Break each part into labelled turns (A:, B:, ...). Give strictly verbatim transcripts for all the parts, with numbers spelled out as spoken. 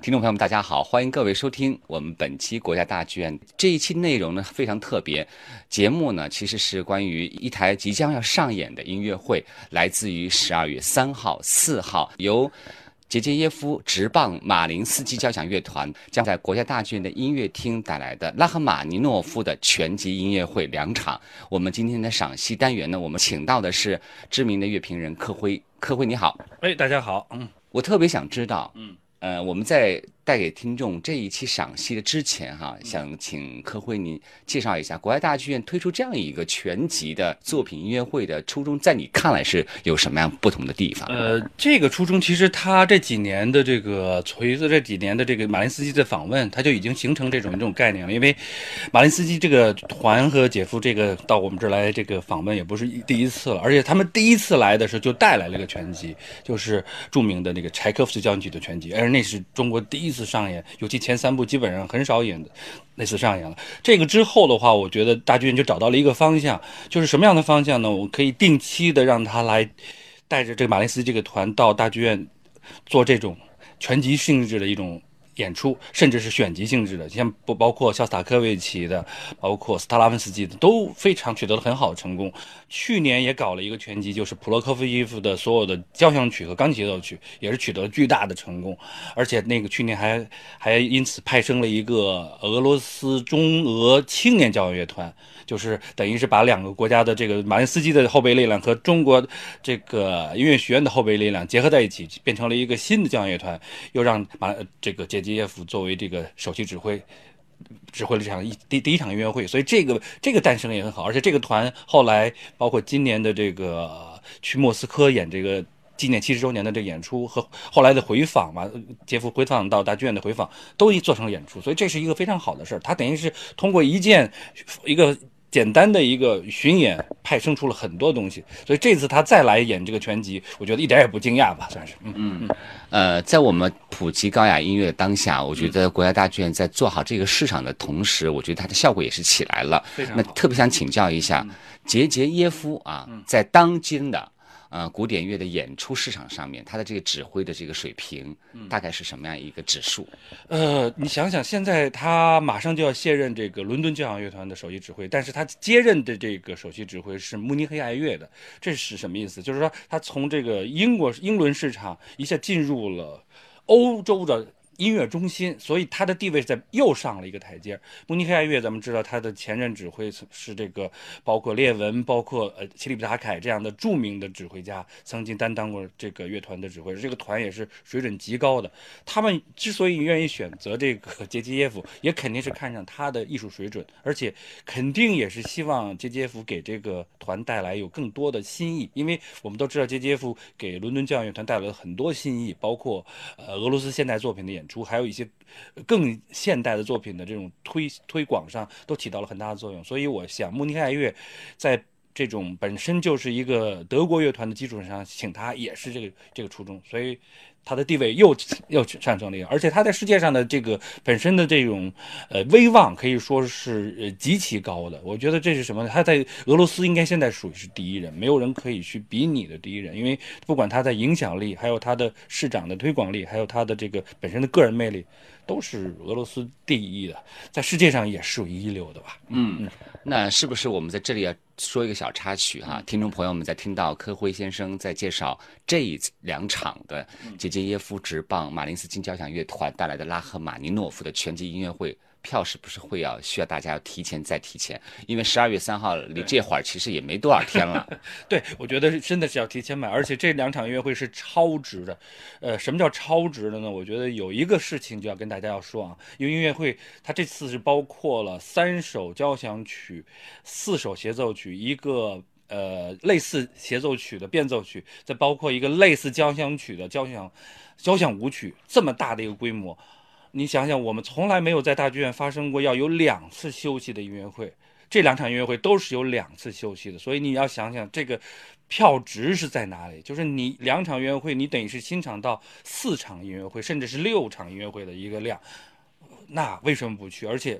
A: 听众朋友们，大家好，欢迎各位收听我们本期国家大剧院这一期内容呢非常特别，节目呢其实是关于一台即将要上演的音乐会，来自于十二月三号、四号由杰杰耶夫直棒马林斯基交响乐团将在国家大剧院的音乐厅带来的拉赫玛尼诺夫的全集音乐会两场。我们今天的赏析单元呢，我们请到的是知名的乐评人柯辉。柯辉你好。
B: 哎，大家好。嗯，
A: 我特别想知道，
B: 嗯。
A: 呃，我们在带给听众这一期赏析的之前哈，想请柯辉您介绍一下国家大剧院推出这样一个全集的作品音乐会的初衷，在你看来是有什么样不同的地方？
B: 呃，这个初衷其实他这几年的这个随着这几年的这个马林斯基的访问，他就已经形成这种这种概念了。因为马林斯基这个团和姐夫这个到我们这儿来这个访问也不是第一次了，而且他们第一次来的时候就带来了一个全集，就是著名的那个柴可夫斯基交响曲的全集，而那是中国第一次上演，尤其前三部基本上很少演的，那次上演了。这个之后的话，我觉得大剧院就找到了一个方向，就是什么样的方向呢？我可以定期的让他来带着这个马林斯基这个团到大剧院做这种全集性质的一种演出，甚至是选集性质的，像不包括肖斯塔科维奇的，包括斯特拉文斯基的，都非常取得了很好的成功。去年也搞了一个全集，就是普罗科夫伊夫的所有的交响曲和钢琴协奏曲，也是取得了巨大的成功。而且那个去年还还因此派生了一个俄罗斯中俄青年交响乐团，就是等于是把两个国家的这个马林斯基的后备力量和中国这个音乐学院的后备力量结合在一起，变成了一个新的交响乐团，又让马这个杰基耶夫作为这个首席指挥。指挥了这场一第第一场音乐会，所以这个这个诞生也很好，而且这个团后来包括今年的这个去莫斯科演这个纪念七十周年的这个演出和后来的回访嘛，杰夫回访到大剧院的回访都做成了演出，所以这是一个非常好的事儿。他等于是通过一件一个简单的一个巡演派生出了很多东西，所以这次他再来演这个全集，我觉得一点也不惊讶吧，算是。嗯
A: 嗯，呃，在我们普及高雅音乐的当下，我觉得国家大剧院在做好这个市场的同时，我觉得它的效果也是起来了。
B: 非常好。
A: 那特别想请教一下，杰杰耶夫啊，在当今的呃古典乐的演出市场上面，他的这个指挥的这个水平大概是什么样一个指数？
B: 呃，你想想，现在他马上就要卸任这个伦敦交响乐团的首席指挥，但是他接任的这个首席指挥是慕尼黑爱乐的，这是什么意思？就是说他从这个英国英伦市场一下进入了欧洲的音乐中心，所以他的地位在又上了一个台阶。慕尼黑爱乐咱们知道他的前任指挥是这个包括列文，包括呃齐里比达凯这样的著名的指挥家，曾经担当过这个乐团的指挥，这个团也是水准极高的。他们之所以愿意选择这个杰基耶夫，也肯定是看上他的艺术水准，而且肯定也是希望杰基耶夫给这个团带来有更多的新意，因为我们都知道杰基耶夫给伦敦交响乐团带来了很多新意，包括呃俄罗斯现代作品的演出，还有一些更现代的作品的这种推推广上都起到了很大的作用。所以我想慕尼黑爱乐在这种本身就是一个德国乐团的基础上请他也是这个这个初衷，所以他的地位又又上升了，而且他在世界上的这个本身的这种呃威望可以说是呃极其高的。我觉得这是什么呢？他在俄罗斯应该现在属于是第一人，没有人可以去比拟的第一人，因为不管他在影响力，还有他的市长的推广力，还有他的这个本身的个人魅力，都是俄罗斯第一的，在世界上也是属于一流的吧。
A: 嗯，嗯那是不是我们在这里要说一个小插曲哈？听众朋友们在听到柯辉先生在介绍这一两场的杰杰耶夫直棒马林斯基交响乐团带来的拉赫玛尼诺夫的全集音乐会，票是不是会要需要大家要提前再提前？因为十二月三号离这会儿其实也没多少天了。
B: 对，我觉得真的是要提前买，而且这两场音乐会是超值的。呃，什么叫超值的呢？我觉得有一个事情就要跟大家要说啊，因为音乐会它这次是包括了三首交响曲、四首协奏曲、一个呃类似协奏曲的变奏曲，再包括一个类似交响曲的交响交响舞曲，这么大的一个规模。你想想，我们从来没有在大剧院发生过要有两次休息的音乐会，这两场音乐会都是有两次休息的，所以你要想想这个票值是在哪里？就是你两场音乐会，你等于是欣赏到四场音乐会，甚至是六场音乐会的一个量，那为什么不去？而且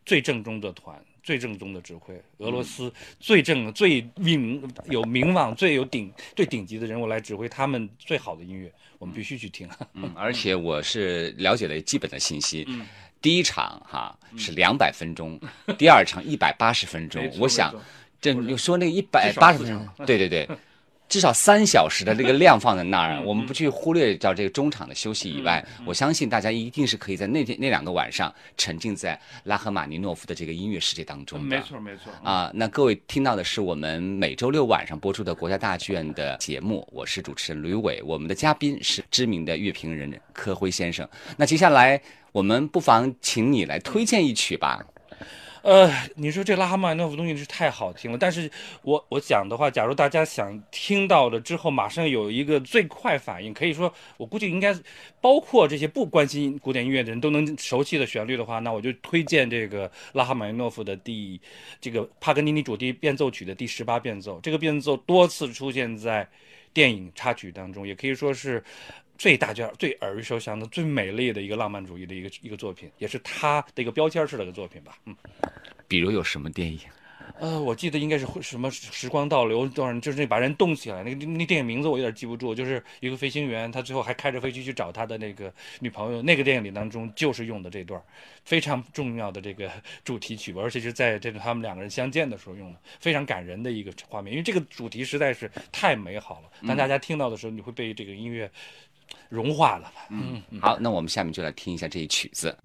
B: 最正宗的团，最正宗的指挥，俄罗斯最正、最名有名望、最有顶、最顶级的人物来指挥他们最好的音乐，我们必须去听。
A: 嗯，而且我是了解了基本的信息。
B: 嗯，
A: 第一场哈是两百分钟，第二场一百八十分钟。我想，这你说那个一百八十分钟，对对对。至少三小时的这个量放在那儿，我们不去忽略掉这个中场的休息以外，我相信大家一定是可以在那天那两个晚上沉浸在拉赫玛尼诺夫的这个音乐世界当中的。
B: 没错没错
A: 啊，那各位听到的是我们每周六晚上播出的国家大剧院的节目，我是主持人吕伟，我们的嘉宾是知名的乐评人柯辉先生。那接下来我们不妨请你来推荐一曲吧。
B: 呃，你说这拉赫玛尼诺夫东西是太好听了，但是我我讲的话，假如大家想听到了之后马上有一个最快反应，可以说我估计应该包括这些不关心古典音乐的人都能熟悉的旋律的话，那我就推荐这个拉赫玛尼诺夫的第这个帕格尼尼主题变奏曲的第十八变奏。这个变奏多次出现在电影插曲当中，也可以说是最大家最耳熟能详的、最美丽的一个浪漫主义的一个一个作品，也是他的一个标签式的一个作品吧。嗯，
A: 比如有什么电影？
B: 呃，我记得应该是什么时光倒流，多少就是那把人冻起来，那个那电影名字我有点记不住，就是一个飞行员，他最后还开着飞机去找他的那个女朋友，那个电影里当中就是用的这段非常重要的这个主题曲，而且是在这个他们两个人相见的时候用的，非常感人的一个画面，因为这个主题实在是太美好了，当大家听到的时候，你会被这个音乐融化了。
A: 嗯，好，那我们下面就来听一下这一曲子。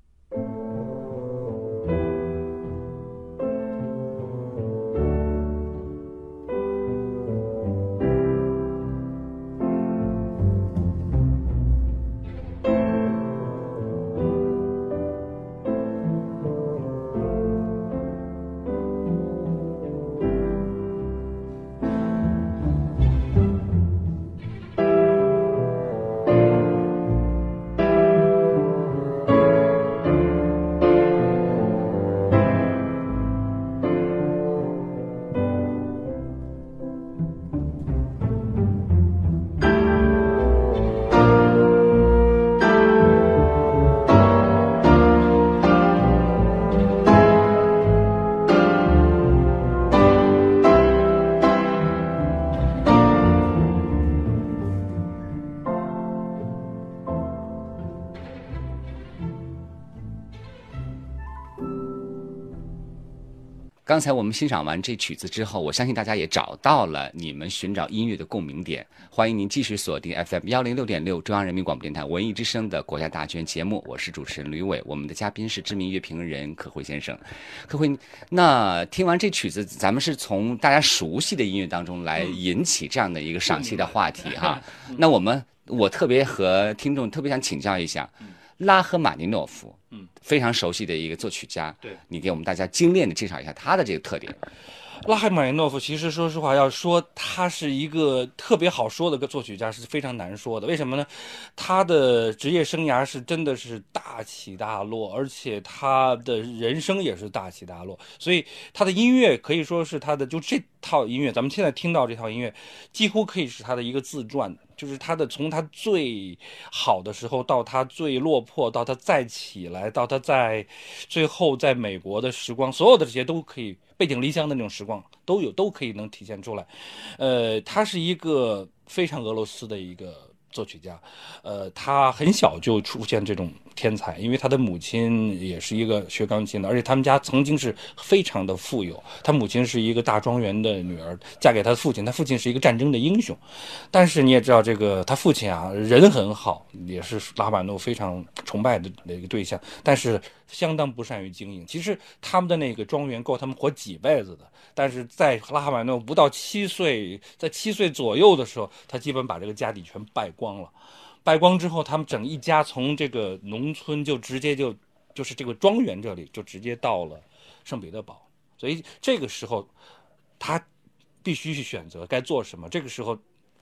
A: 刚才我们欣赏完这曲子之后，我相信大家也找到了你们寻找音乐的共鸣点。欢迎您继续锁定 F M 一零六点六中央人民广播电台文艺之声的国家大剧院节目，我是主持人吕伟，我们的嘉宾是知名乐评人柯辉先生。柯辉，那听完这曲子，咱们是从大家熟悉的音乐当中来引起这样的一个赏析的话题哈。那我们我特别和听众特别想请教一下。拉赫玛尼诺夫，嗯，非常熟悉的一个作曲家，
B: 对，
A: 你给我们大家精炼的介绍一下他的这个特点。
B: 拉赫玛尼诺夫其实说实话，要说他是一个特别好说的个作曲家是非常难说的。为什么呢？他的职业生涯是真的是大起大落，而且他的人生也是大起大落。所以他的音乐可以说是他的，就这套音乐，咱们现在听到这套音乐，几乎可以是他的一个自传。就是他的从他最好的时候到他最落魄，到他再起来，到他在最后在美国的时光，所有的这些都可以背井离乡的那种时光都有，都可以能体现出来。呃，他是一个非常俄罗斯的一个作曲家，呃，他很小就出现这种天才，因为他的母亲也是一个学钢琴的，而且他们家曾经是非常的富有。他母亲是一个大庄园的女儿，嫁给他父亲，他父亲是一个战争的英雄。但是你也知道，这个他父亲啊，人很好，也是拉赫玛尼诺夫非常崇拜的一个对象，但是相当不善于经营。其实他们的那个庄园够他们活几辈子的，但是在拉赫玛尼诺夫不到七岁，在七岁左右的时候，他基本把这个家底全败光了。败光之后，他们整一家从这个农村就直接就就是这个庄园这里就直接到了圣彼得堡，所以这个时候他必须去选择该做什么。这个时候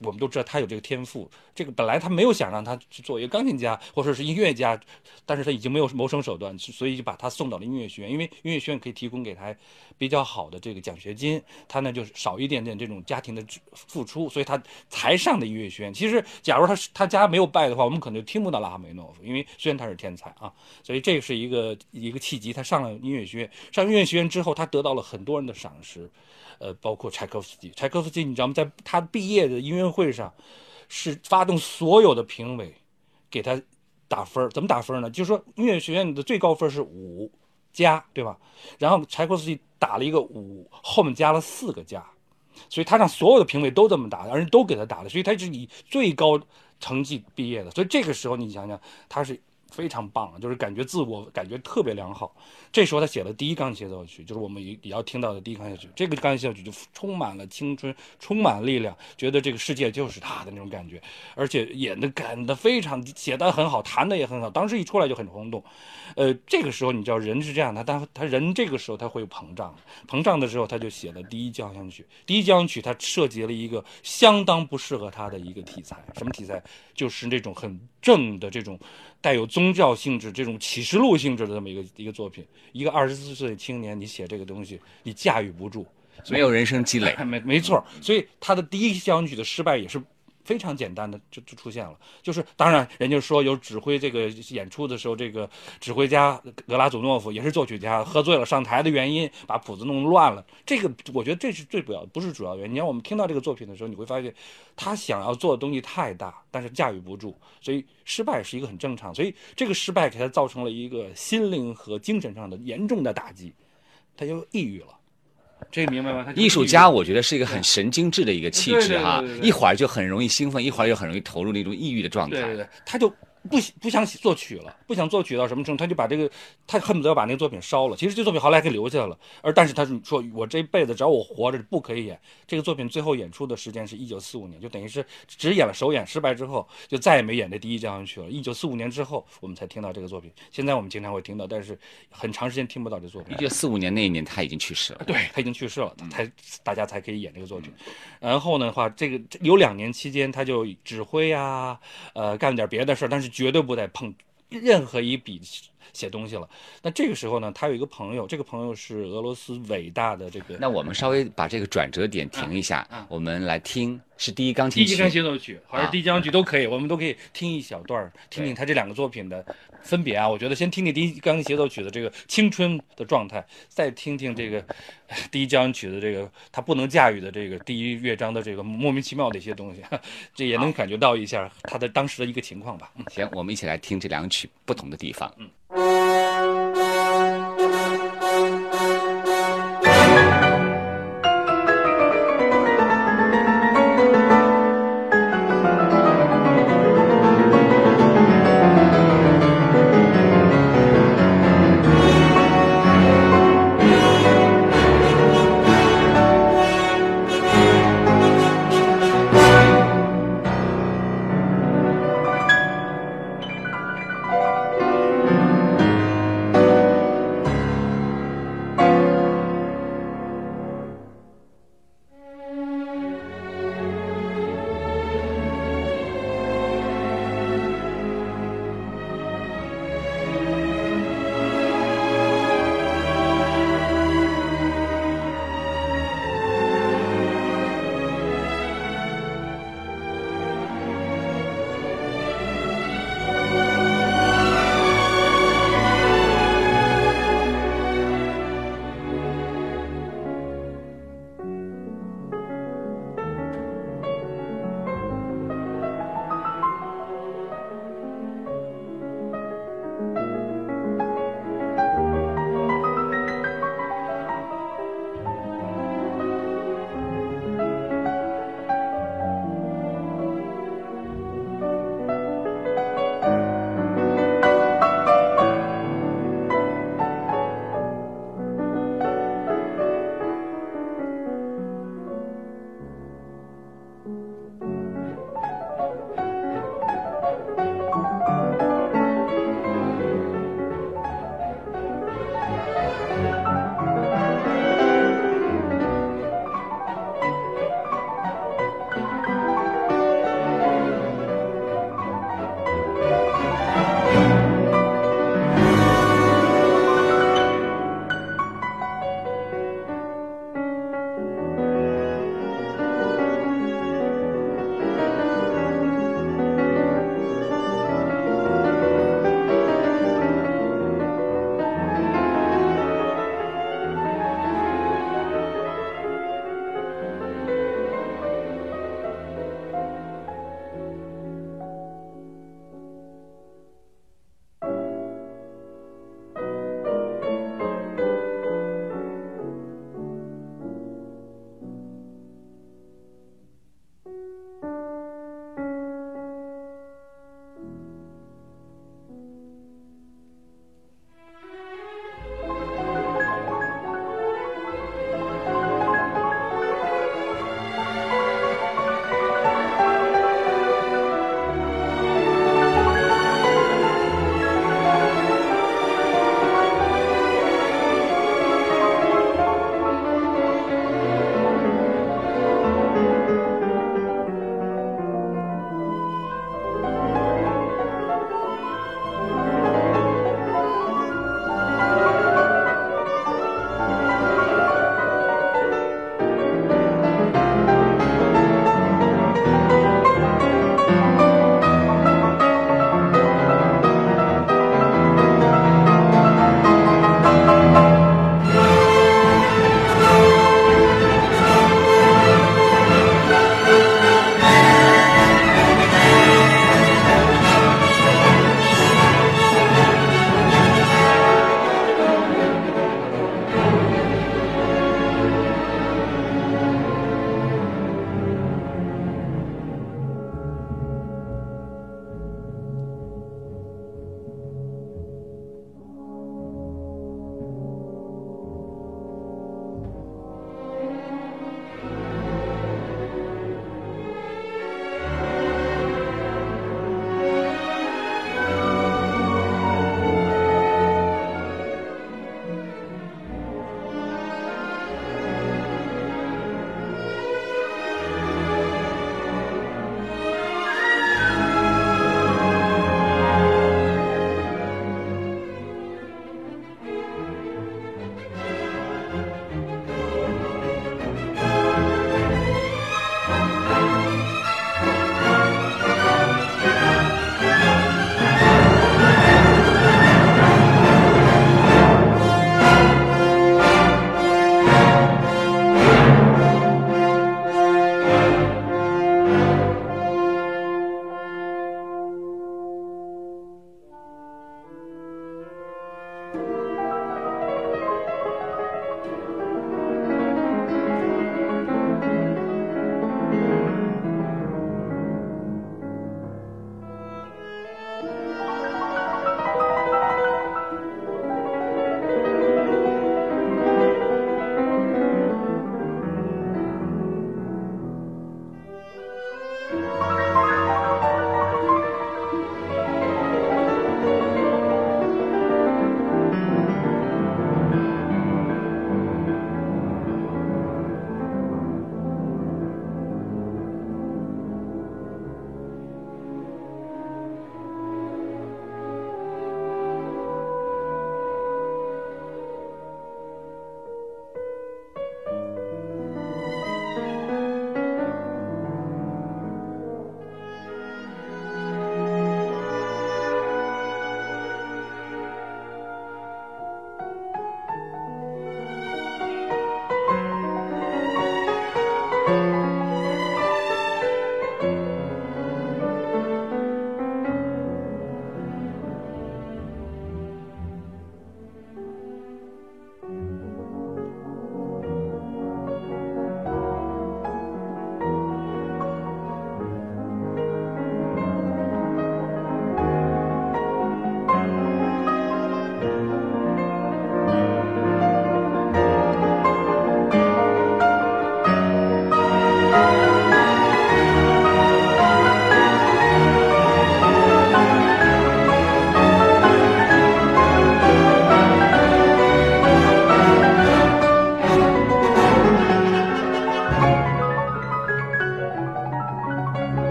B: 我们都知道他有这个天赋，这个本来他没有想让他去做一个钢琴家或者是音乐家，但是他已经没有谋生手段，所以就把他送到了音乐学院，因为音乐学院可以提供给他比较好的这个奖学金，他呢就少一点点这种家庭的付出，所以他才上的音乐学院。其实假如他他家没有拜的话，我们可能就听不到拉赫梅诺夫，因为虽然他是天才啊，所以这是一个一个契机，他上了音乐学院，上音乐学院之后，他得到了很多人的赏识。呃，包括柴可夫斯基，柴可夫斯基，你知道吗？在他毕业的音乐会上，是发动所有的评委给他打分。怎么打分呢？就是说音乐学院的最高分是五加，对吧？然后柴可夫斯基打了一个五，后面加了四个加，所以他让所有的评委都这么打，而且都给他打了，所以他是以最高成绩毕业的。所以这个时候你想想，他是非常棒，就是感觉自我感觉特别良好。这时候他写了第一钢琴协奏曲，就是我们也要听到的第一钢琴协奏曲。这个钢琴协奏曲就充满了青春，充满力量，觉得这个世界就是他的那种感觉，而且演的感的非常，写的很好，弹的也很好。当时一出来就很轰动。呃，这个时候你知道人是这样的，他他人这个时候他会膨胀，膨胀的时候他就写了第一交响曲。第一交响曲他设计了一个相当不适合他的一个题材，什么题材？就是那种很正的这种带有宗教性质、这种启示录性质的这么一个一个作品。一个二十四岁的青年，你写这个东西，你驾驭不住，
A: 没有人生积累。
B: 没没错，所以他的第一交响曲的失败也是非常简单的就就出现了。就是当然人家说有指挥这个演出的时候，这个指挥家格拉祖诺夫也是作曲家，喝醉了上台的原因，把谱子弄乱了。这个我觉得这是最主要，不是主要原因。你让我们听到这个作品的时候，你会发现他想要做的东西太大，但是驾驭不住，所以失败是一个很正常。所以这个失败给他造成了一个心灵和精神上的严重的打击，他就抑郁了。这个明白吗？
A: 艺术家我觉得是一个很神经质的一个气质哈，一会儿就很容易兴奋，一会儿又很容易投入那种抑郁的状态。
B: 对对对，他就不不想作曲了，不想作曲到什么程度，他就把这个，他恨不得要把那个作品烧了。其实这作品后来给留下了，而但是他说我这辈子只要我活着不可以演这个作品。最后演出的时间是一九四五年，就等于是只演了首演，失败之后就再也没演这第一交响曲了。一九四五年之后我们才听到这个作品，现在我们经常会听到，但是很长时间听不到这作品。
A: 一九四五年那一年他已经去世了，
B: 对，他已经去世了，才大家才可以演这个作品。然后呢话，这个有两年期间他就指挥啊，呃，干点别的事儿，但是绝对不再碰任何一笔写东西了。那这个时候呢，他有一个朋友，这个朋友是俄罗斯伟大的这个。
A: 那我们稍微把这个转折点停一下，啊啊、我们来听是第一钢琴曲，
B: 第一钢琴协奏曲，还是第一交响曲都可以，啊、我们都可以听一小段，听听他这两个作品的分别啊。我觉得先听听第一钢琴协奏曲的这个青春的状态，再听听这个第一交响曲的这个他不能驾驭的这个第一乐章的这个莫名其妙的一些东西，这也能感觉到一下他的当时的一个情况吧。
A: 嗯、行，我们一起来听这两曲不同的地方。
B: 嗯。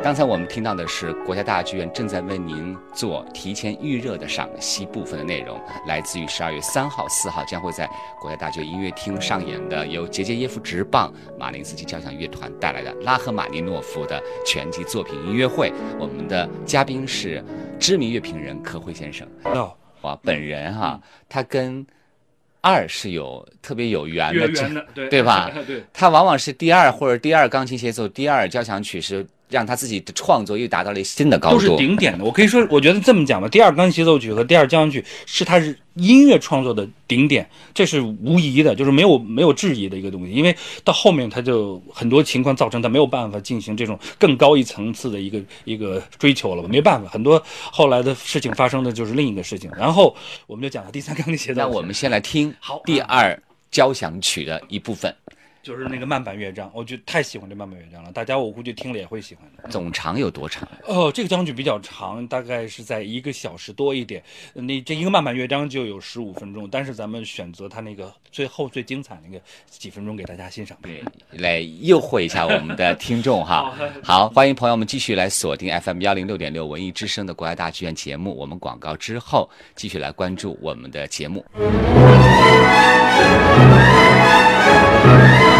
A: 刚才我们听到的是国家大剧院正在为您做提前预热的赏析部分的内容，来自于十二月三号、四号将会在国家大剧院音乐厅上演的由杰杰耶夫执棒马林斯基交响乐团带来的拉赫玛尼诺夫的全集作品音乐会。我们的嘉宾是知名乐评人柯辉先生。
B: 哦，
A: 哇，本人哈、啊，他跟二是有特别有缘的，
B: 有缘的，对
A: 对吧？
B: 对，
A: 他往往是第二或者第二钢琴协奏、第二交响曲是让他自己的创作又达到了新的高度，
B: 都是顶点的。我可以说，我觉得这么讲吧，第二钢琴协奏曲和第二交响曲是他是音乐创作的顶点，这是无疑的，就是没有没有质疑的一个东西。因为到后面他就很多情况造成他没有办法进行这种更高一层次的一个一个追求了吧，没办法，很多后来的事情发生的就是另一个事情。然后我们就讲到第三钢琴协奏曲，
A: 那我们先来听
B: 好
A: 第二交响曲的一部分。
B: 就是那个慢板乐章，我就太喜欢这慢板乐章了，大家我估计听了也会喜欢的。
A: 总长有多长？
B: 哦，这个交响曲比较长，大概是在一个小时多一点。那这一个慢板乐章就有十五分钟，但是咱们选择它那个最后最精彩那个几分钟给大家欣赏。
A: 对，来诱惑一下我们的听众哈。好，欢迎朋友们继续来锁定 F M 幺零六点六文艺之声的国家大剧院节目。我们广告之后继续来关注我们的节目。